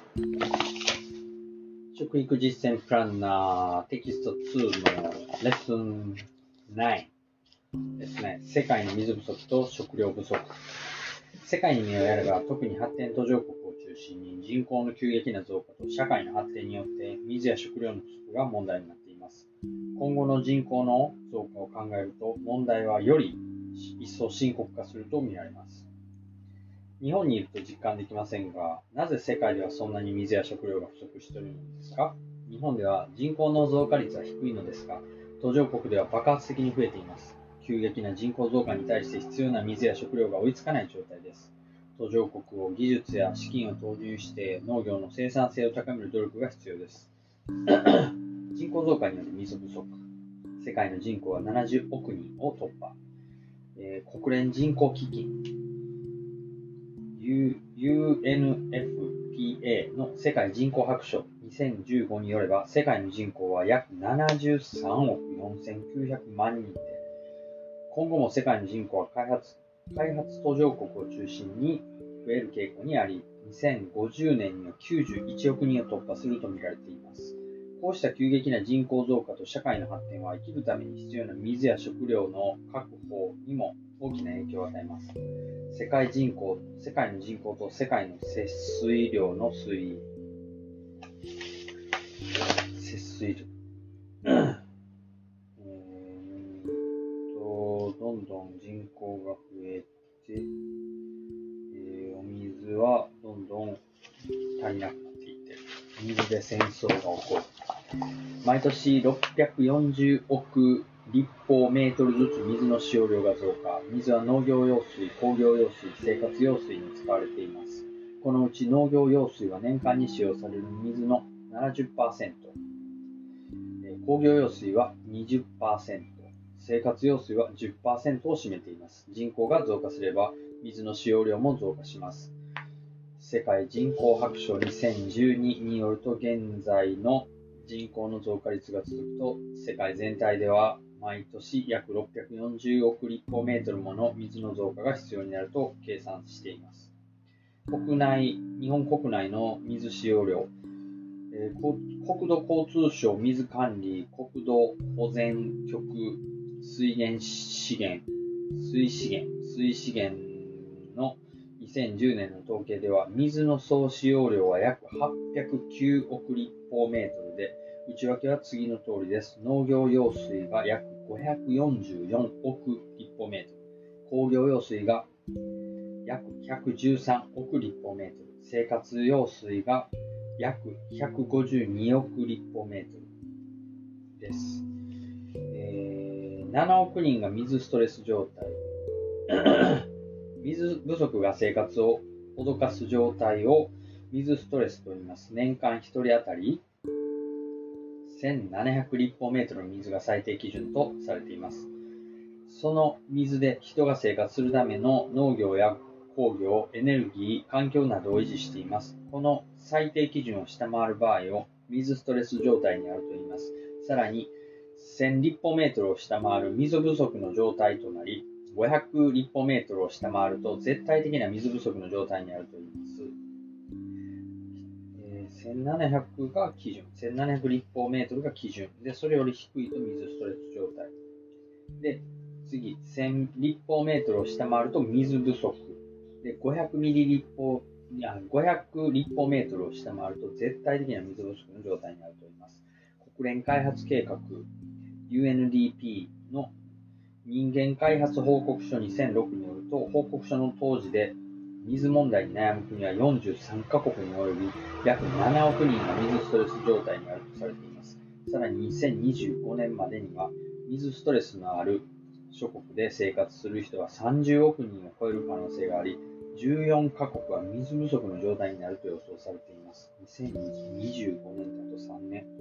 食育実践プランナーテキスト2のレッスン9ですね。世界の水不足と食料不足。世界に目をやれば、特に発展途上国を中心に人口の急激な増加と社会の発展によって水や食料の不足が問題になっています。今後の人口の増加を考えると、問題はより一層深刻化すると見られます。日本にいると実感できませんが、なぜ世界ではそんなに水や食料が不足しているのですか？日本では人口の増加率は低いのですが、途上国では爆発的に増えています。急激な人口増加に対して必要な水や食料が追いつかない状態です。途上国を技術や資金を投入して農業の生産性を高める努力が必要です。人口増加による水不足。世界の人口は70億人を突破。国連人口基金UNFPA の世界人口白書2015によれば、世界の人口は約73億4900万人で、今後も世界の人口は開発途上国を中心に増える傾向にあり、2050年には91億人を突破すると見られています。こうした急激な人口増加と社会の発展は生きるために必要な水や食料の確保にも大きな影響を与えます。世界の人口と世界の節水量の推移。どんどん人口が増えて、お水はどんどん足りなくなっていって、水で戦争が起こる。毎年640億立方メートルずつ水の使用量が増加。水は農業用水、工業用水、生活用水に使われています。このうち農業用水は年間に使用される水の 70%、工業用水は 20%、生活用水は 10% を占めています。人口が増加すれば水の使用量も増加します。世界人口白書2012によると、現在の人口の増加率が続くと、世界全体では毎年約640億立方メートルもの水の増加が必要になると計算しています。日本国内の水使用量、国土交通省水管理国土保全局水資源の2010年の統計では、水の総使用量は約809億立方メートルで、内訳は次の通りです。農業用水が約544億立方メートル、工業用水が約113億立方メートル、生活用水が約152億立方メートルです。7億人が水ストレス状態。水不足が生活を脅かす状態を水ストレスと言います。年間1人当たり1700立方メートルの水が最低基準とされています。その水で人が生活するための農業や工業、エネルギー、環境などを維持しています。この最低基準を下回る場合を水ストレス状態にあると言います。さらに、1000立方メートルを下回る水不足の状態となり、500立方メートルを下回ると絶対的な水不足の状態にあると言います。1700が基準。1700立方メートルが基準。で、それより低いと水ストレス状態。で、次、1000立方メートルを下回ると水不足。で、500立方メートルを下回ると絶対的な水不足の状態にあると言います。国連開発計画 UNDP の人間開発報告書2006によると、報告書の当時で水問題に悩む国は43カ国に及び、約7億人が水ストレス状態にあるとされています。さらに2025年までには、水ストレスのある諸国で生活する人は30億人を超える可能性があり、14カ国は水不足の状態になると予想されています。2025年だと3年。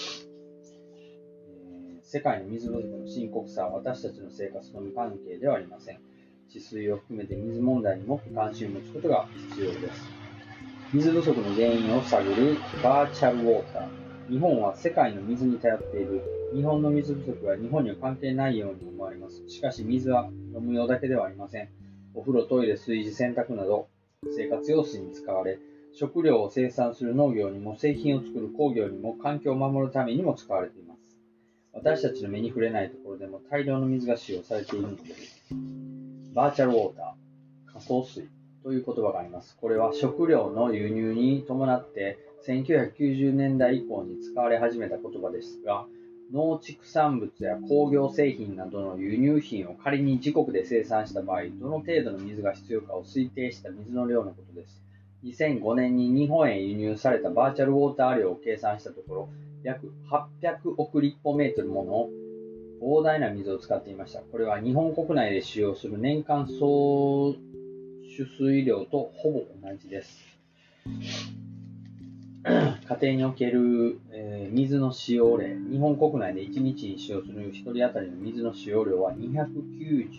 世界の水不足の深刻さは私たちの生活と無関係ではありません。治水を含めて水問題にもっと関心を持つことが必要です。水不足の原因を探るバーチャルウォーター。日本は世界の水に頼っている。日本の水不足は日本には関係ないように思われます。しかし水は飲む用だけではありません。お風呂、トイレ、炊事、洗濯など生活用水に使われ、 食料を生産する農業にも製品を作る工業にも環境を守るためにも使われています。私たちの目に触れないところでも大量の水が使用されているのです。バーチャルウォーター、仮想水という言葉があります。これは食料の輸入に伴って1990年代以降に使われ始めた言葉ですが、農畜産物や工業製品などの輸入品を仮に自国で生産した場合、どの程度の水が必要かを推定した水の量のことです。2005年に日本へ輸入されたバーチャルウォーター量を計算したところ、約800億立方メートルもの膨大な水を使っていました。これは日本国内で使用する年間総取水量とほぼ同じです。家庭における、水の使用例、日本国内で1日に使用する1人当たりの水の使用量は289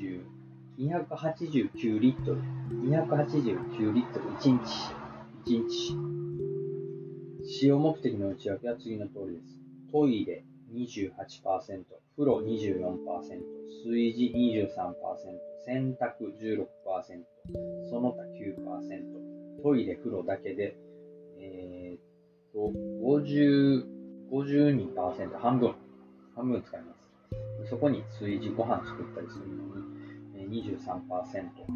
リットル、289リットル1日。使用目的の内訳は次の通りです。トイレ 28%、風呂 24%、炊事 23%、洗濯 16%、その他 9%、トイレ、風呂だけで、52%、半分使います。そこに炊事、ご飯作ったりするのに 23%、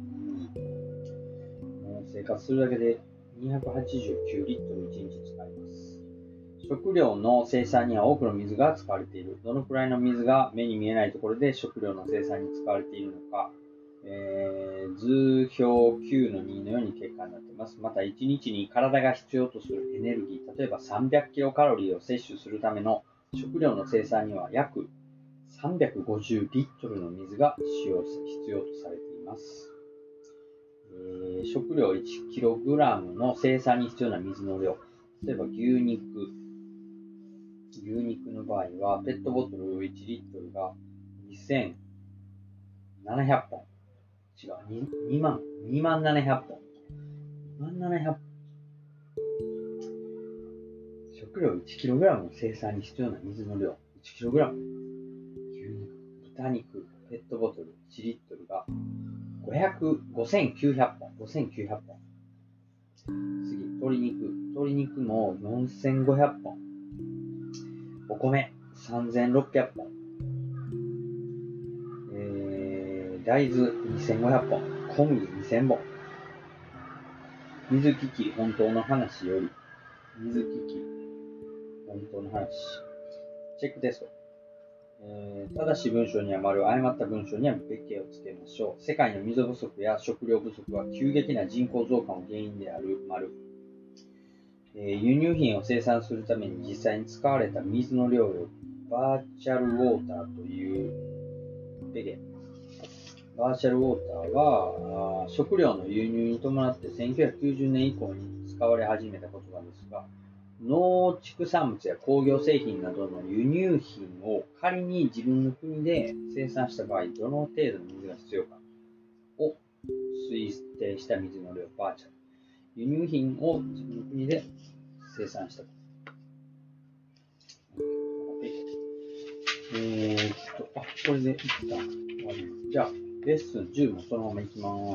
もう生活するだけで289リットル1日使います。食料の生産には多くの水が使われている。どのくらいの水が目に見えないところで食料の生産に使われているのか、図表 9 の2のように結果になっています。また、1日に体が必要とするエネルギー、例えば300キロカロリーを摂取するための食料の生産には約350リットルの水が必要とされています。食料 1kg の生産に必要な水の量、例えば牛肉の場合はペットボトル1リットルが2700本、2万700本。食料 1kg の生産に必要な水の量、1kg。豚肉、ペットボトル1リットルが5900本。次、鶏肉も4500本。お米3600本。大豆2500本。小麦2000本。水機器本当の話より、チェックテスト。正しい文章には丸、誤った文章には別形をつけましょう。世界の水不足や食料不足は急激な人口増加の原因である丸。輸入品を生産するために実際に使われた水の量をバーチャルウォーターというベゲ。バーチャルウォーターは食料の輸入に伴って1990年以降に使われ始めた言葉ですが、農畜産物や工業製品などの輸入品を仮に自分の国で生産した場合、どの程度の水が必要かを推定した水の量、バーチャル。輸入品を自分の国で生産したと。これで一旦終わります。じゃあ、レッスン10もそのままいきます。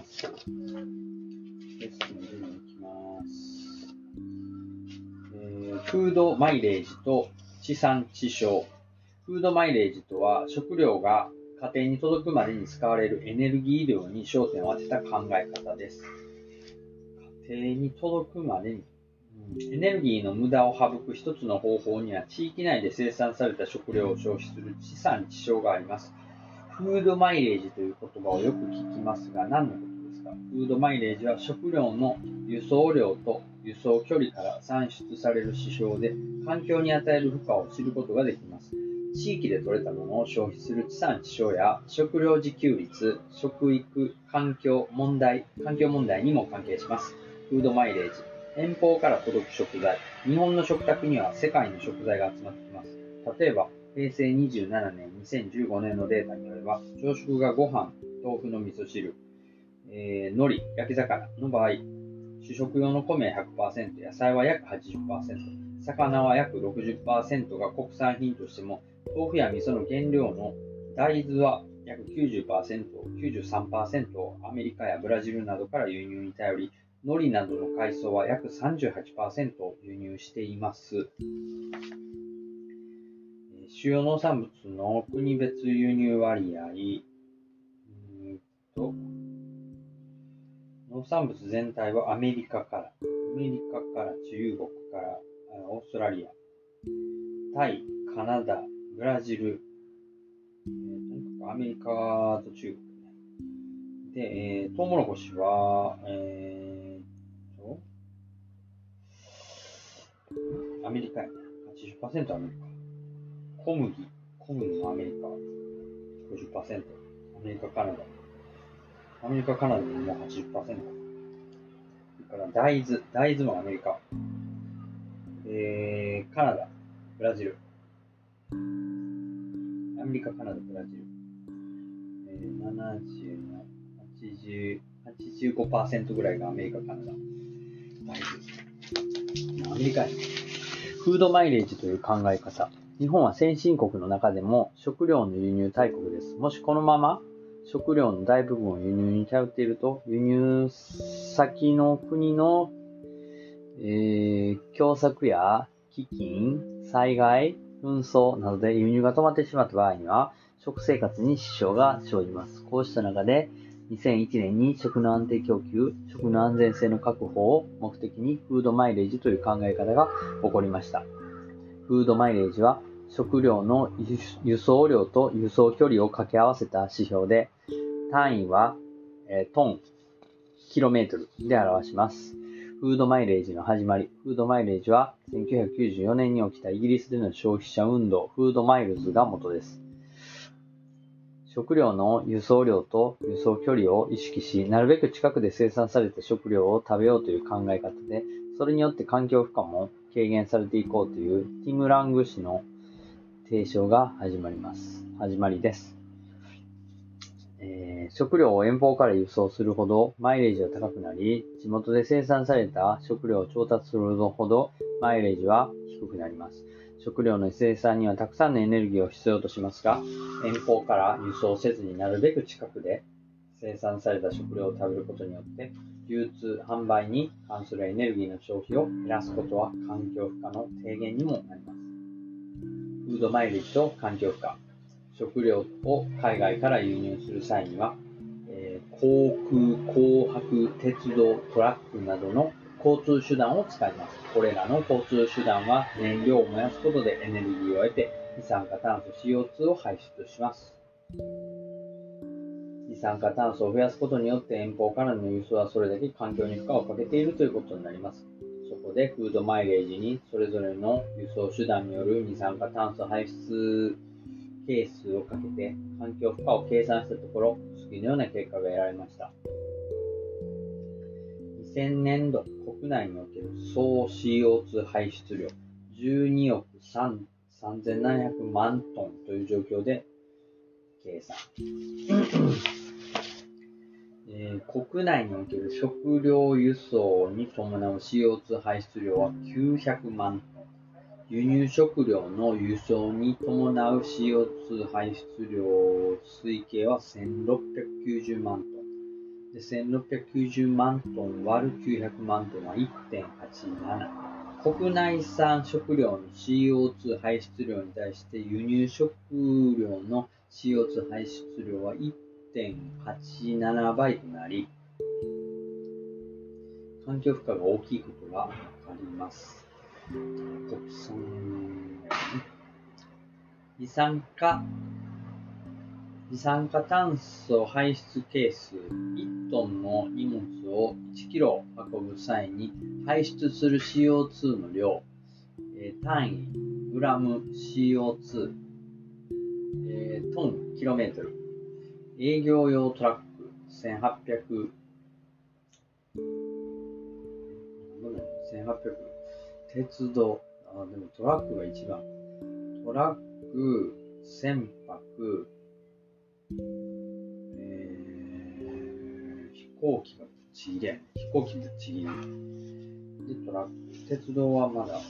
フードマイレージと地産地消。フードマイレージとは、食料が家庭に届くまでに使われるエネルギー量に焦点を当てた考え方です。家庭に届くまでに、エネルギーの無駄を省く一つの方法には、地域内で生産された食料を消費する地産地消があります。フードマイレージという言葉をよく聞きますが、何のことですか？フードマイレージは食料の輸送量と輸送距離から算出される指標で、環境に与える負荷を知ることができます。地域で採れたものを消費する地産地消や食料自給率、食育、環境問題にも関係します。フードマイレージ。遠方から届く食材。日本の食卓には世界の食材が集まってきます。例えば、平成27年、2015年のデータによれば、朝食がご飯、豆腐の味噌汁、海苔、焼き魚の場合、主食用の米 100%、野菜は約 80%、魚は約 60% が国産品としても、豆腐や味噌の原料の大豆は約 90%、93% をアメリカやブラジルなどから輸入に頼り、 海苔などの海藻は約 38% を輸入しています。主要農産物の国別輸入割合、農産物全体はアメリカから中国から、オーストラリア、タイ、カナダ、ブラジル、とにかくアメリカと中国で、トウモロコシは、アメリカやね。80% アメリカ。小麦もアメリカ。50%。アメリカ、カナダでもう 80%。それから大豆もアメリカ。カナダ、ブラジル。アメリカ、カナダ、ブラジル。85% ぐらいがアメリカ、カナダ。大豆。アメリカやね。フードマイレージという考え方。日本は先進国の中でも食料の輸入大国です。もしこのまま食料の大部分を輸入に頼っていると、輸入先の国の、凶作や飢饉、災害、紛争などで輸入が止まってしまった場合には、食生活に支障が生じます。こうした中で、2001年に食の安定供給、食の安全性の確保を目的にフードマイレージという考え方が起こりました。フードマイレージは食料の輸送量と輸送距離を掛け合わせた指標で、単位は、トン、キロメートルで表します。フードマイレージの始まり。フードマイレージは1994年に起きたイギリスでの消費者運動、フードマイルズが元です。食料の輸送量と輸送距離を意識し、なるべく近くで生産された食料を食べようという考え方で、それによって環境負荷も軽減されていこうというティム・ラング氏の提唱が始まりです。食料を遠方から輸送するほどマイレージは高くなり、地元で生産された食料を調達するほどマイレージは低くなります。食料の生産にはたくさんのエネルギーを必要としますが、遠方から輸送せずになるべく近くで生産された食料を食べることによって、流通・販売に関するエネルギーの消費を減らすことは環境負荷の低減にもなります。フードマイレージと環境負荷。食料を海外から輸入する際には、航空、航白、鉄道、トラックなどの交通手段を使います。これらの交通手段は燃料を燃やすことでエネルギーを得て二酸化炭素 CO2 を排出します。二酸化炭素を増やすことによって遠方からの輸送はそれだけ環境に負荷をかけているということになります。そこでフードマイレージにそれぞれの輸送手段による二酸化炭素排出係数をかけて環境負荷を計算したところ、次のような結果が得られました。2000年度国内における総 CO2 排出量12億3700万トンという状況で計算。国内における食料輸送に伴う CO2 排出量は900万トン。輸入食料の輸送に伴う CO2 排出量推計は1690万トン。で、1690万トン割る900万トンは 1.87。国内産食料の CO2 排出量に対して輸入食料の CO2 排出量は 1.87 倍となり、環境負荷が大きいことがわかります。国産二酸化炭素排出係数1トンの荷物を1キロ運ぶ際に排出する CO2 の量、単位グラム CO2、トンキロメートル、営業用トラック1800、鉄道、でもトラックが一番。トラック、船舶、飛行機がぶっちぎりやね。飛行機ぶっちぎり。で、トラック、鉄道はまだ。なる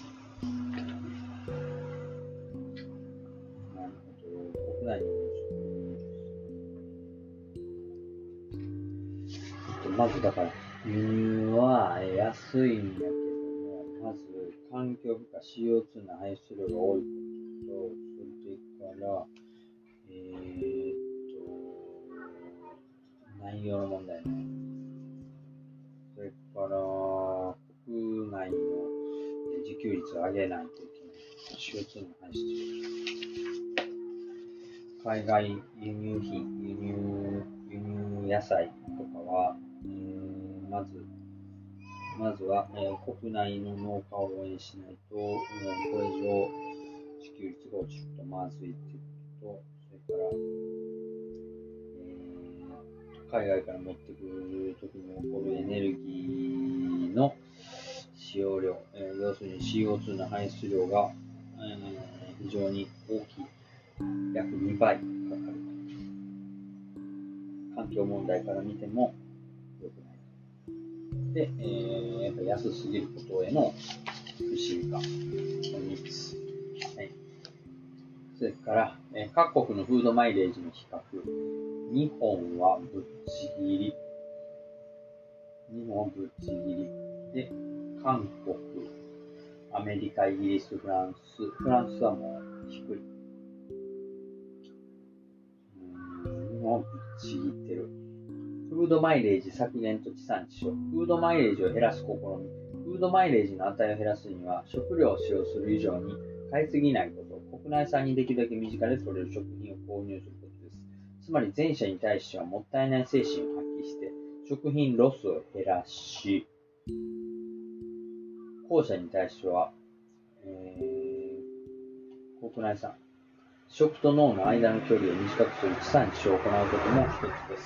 ほど。国内にまずだから、 輸入は安いんだけども、まず環境負荷 CO2 の排出量が多いことと、それから、内容の問題ね。それから国内の自給率を上げないといけない。CO2 の排出量。海外輸入品、輸入野菜とかは、まずは、国内の農家を応援しないと、これ以上自給率が落ちるとまずいっていうことと、それから、海外から持ってくるときに起こるエネルギーの使用量、要するに CO2 の排出量が、非常に大きい。約2倍かかる。環境問題から見ても良くない。で、やっぱ安すぎることへの不信感。この3つ。はい。それから、各国のフードマイレージの比較。日本はぶっちぎり。で、韓国、アメリカ、イギリス、フランスはもう低い。日本ぶっちぎってる。フードマイレージ削減と地産地消。フードマイレージを減らす試み。フードマイレージの値を減らすには、食料を使用する以上に買いすぎないこと、国内産にできるだけ身近で取れる食品を購入することです。つまり前者に対してはもったいない精神を発揮して、食品ロスを減らし、後者に対しては、国内産、食と脳の間の距離を短くする地産地消を行うことも一つです。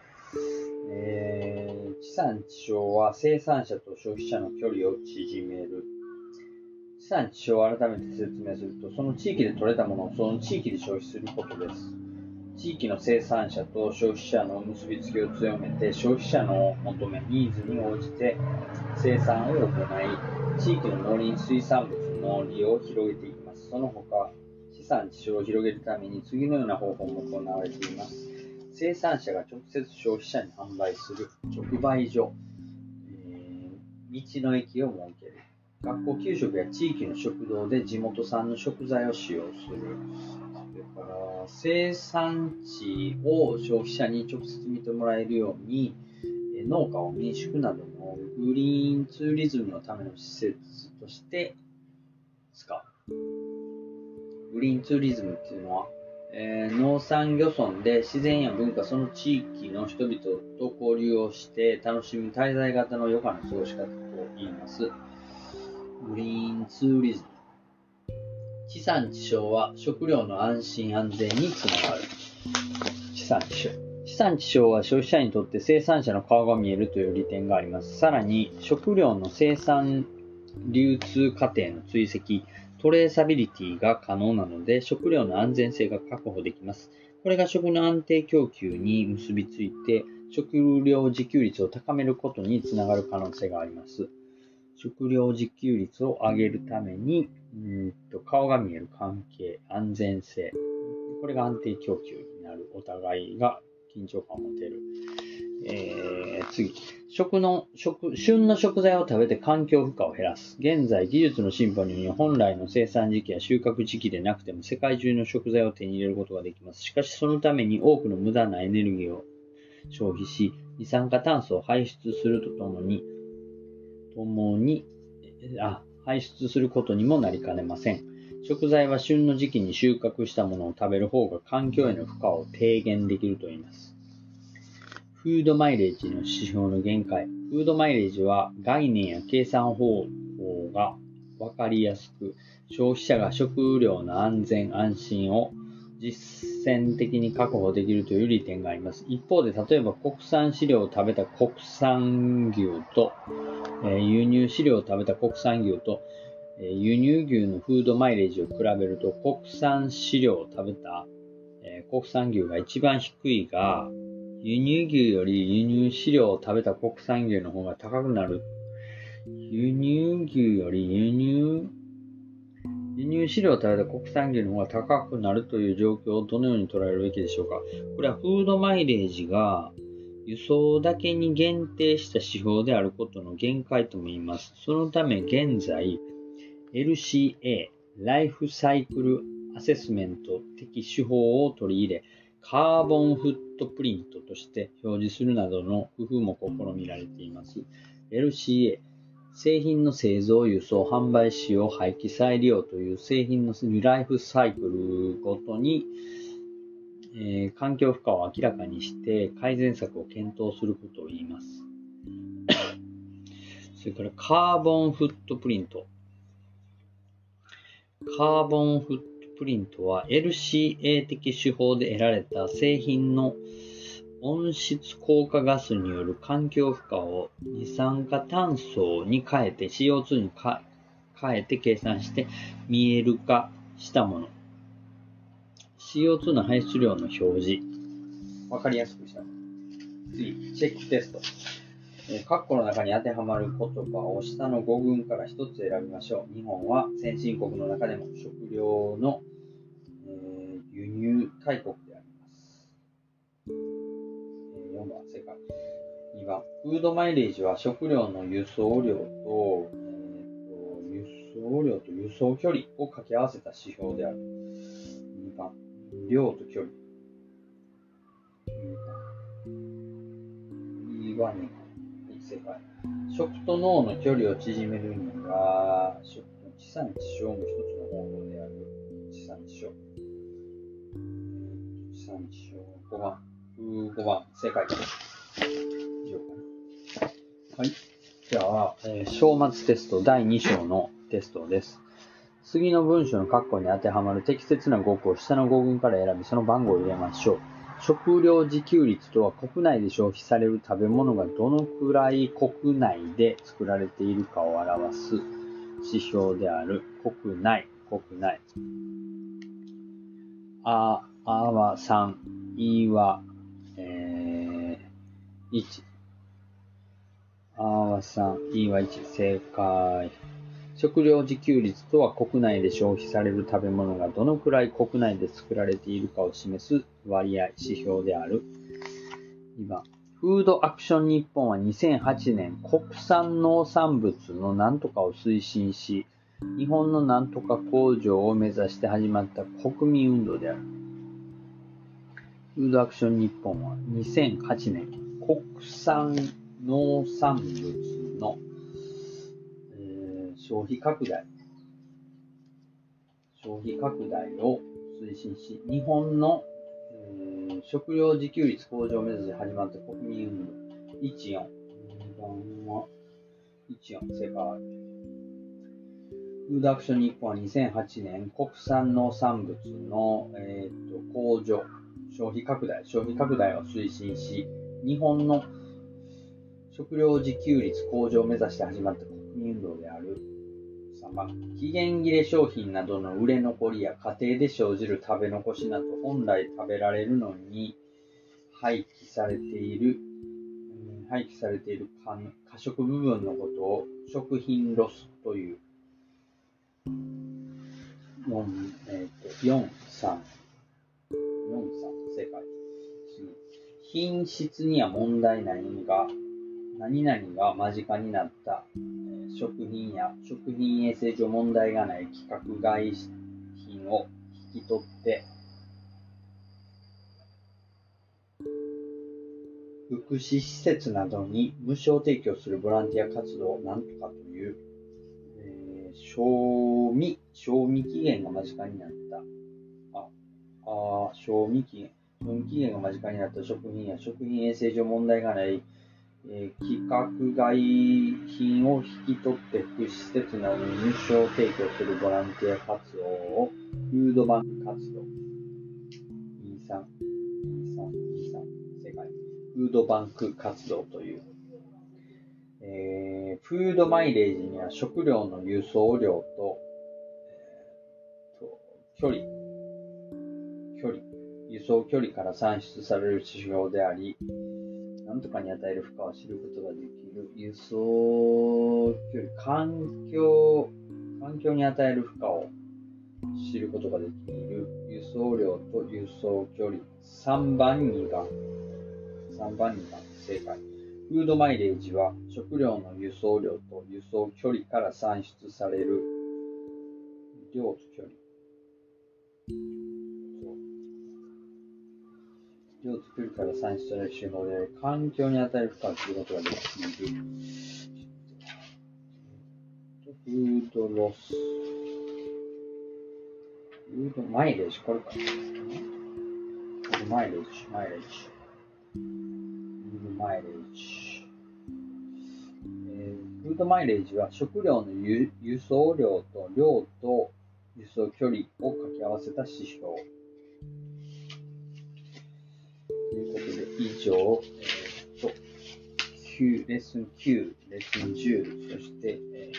地産地消は生産者と消費者の距離を縮める。地産地消を改めて説明すると、その地域で採れたものをその地域で消費することです。地域の生産者と消費者の結びつきを強めて、消費者の求め、ニーズに応じて生産を行い、地域の農林水産物の利用を広げていきます。その他、地産地消を広げるために次のような方法も行われています。生産者が直接消費者に販売する直売所、道の駅を設ける。学校給食や地域の食堂で地元産の食材を使用する。それから生産地を消費者に直接見てもらえるように、農家を民宿などのグリーンツーリズムのための施設として使う。グリーンツーリズムっていうのは、農産漁村で自然や文化、その地域の人々と交流をして楽しむ滞在型の余暇の過ごし方と言います。グリーンツーリズム。地産地消は食料の安心安全につながる。地産地消。地産地消は消費者にとって生産者の顔が見えるという利点があります。さらに、食料の生産流通過程の追跡、トレーサビリティが可能なので、食料の安全性が確保できます。これが食の安定供給に結びついて、食料自給率を高めることにつながる可能性があります。食料自給率を上げるために、顔が見える関係、安全性、これが安定供給になる。お互いが緊張感を持てる。次。旬の食材を食べて環境負荷を減らす。現在、技術の進歩により本来の生産時期や収穫時期でなくても世界中の食材を手に入れることができます。しかし、そのために多くの無駄なエネルギーを消費し、二酸化炭素を排出する排出することにもなりかねません。食材は旬の時期に収穫したものを食べる方が環境への負荷を低減できると言います。フードマイレージの指標の限界。フードマイレージは概念や計算方法が分かりやすく、消費者が食料の安全安心を実践的に確保できるという利点があります。一方で、例えば国産飼料を食べた国産牛と、輸入飼料を食べた国産牛と、輸入牛のフードマイレージを比べると、国産飼料を食べた、国産牛が一番低いが、輸入牛より輸入飼料を食べた国産牛の方が高くなる。輸入牛より輸入飼料を食べた国産牛の方が高くなるという状況をどのように捉えるべきでしょうか。これはフードマイレージが輸送だけに限定した指標であることの限界とも言います。そのため現在、LCA、ライフサイクルアセスメント的手法を取り入れ、カーボンフットプリントとして表示するなどの工夫も試みられています。LCA、製品の製造、輸送、販売、使用、廃棄、再利用という製品のライフサイクルごとに、環境負荷を明らかにして改善策を検討することを言います。それからカーボンフットプリント。カーボンフットプリントは LCA 的手法で得られた製品の温室効果ガスによる環境負荷を二酸化炭素に変えて CO2 に変えて計算して見える化したもの。CO2 の排出量の表示。わかりやすくした。次、チェックテスト。括弧の中に当てはまる言葉を下の5群から1つ選びましょう。日本は先進国の中でも食料の、輸入大国であります。4番、正解。2番、フードマイレージは食料の輸送量と輸送距離を掛け合わせた指標である。2番、量と距離。2番に正解。食と脳の距離を縮めるには、食の地産地消も一つの方法である。地産地消。地産地消。5番、正解。以上かな。はい。じゃあ、章末テスト第2章のテストです。次の文章の括弧に当てはまる適切な語句を下の語群から選び、その番号を入れましょう。食料自給率とは国内で消費される食べ物がどのくらい国内で作られているかを表す指標である。国内。あは3、いは、1。あは3、いは1。正解。食料自給率とは国内で消費される食べ物がどのくらい国内で作られているかを示す割合、指標である。2番、フードアクション日本は2008年国産農産物のなんとかを推進し、日本のなんとか工場を目指して始まった国民運動である。フードアクション日本は2008年国産農産物の消費拡大を推進し、日本の、食料自給率向上を目指して始まった国民運動。14。2番は14。正解。フードアクション日本は2008年国産農産物の、向上、消費拡大を推進し、日本の食料自給率向上を目指して始まった国民運動である。3番、期限切れ商品などの売れ残りや家庭で生じる食べ残しなど本来食べられるのに廃棄されている可食部分のことを食品ロスという。4、3、正解。品質には問題ないが、何々が間近になった食品や食品衛生上問題がない規格外品を引き取って福祉施設などに無償提供するボランティア活動をなんとかという、賞味期限が間近になった賞味期限が間近になった食品や食品衛生上問題がない規格外品を引き取って福祉施設などに無償提供するボランティア活動をフードバンク活動。23正解。フードバンク活動という。フードマイレージには食料の輸送量と、輸送距離から算出される指標であり、なんとかに与える負荷を知ることができる。輸送距離、環境に与える負荷を知ることができる。輸送量と輸送距離。3番、2番。 3番に正解。フードマイレージは食料の輸送量と輸送距離から算出される量と距離。量と距離から算出される手法で環境に与える負荷をすることができる。フードロス。フードマイレージ、これか。フードマイレージ。フードマイレージ。フードマイレージは食料の輸送量と量と輸送距離を掛け合わせた指標。ということで、以上、レッスン9、レッスン10、そして、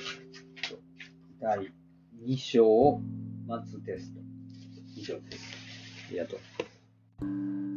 第2章を待つテスト。以上です。ありがとう。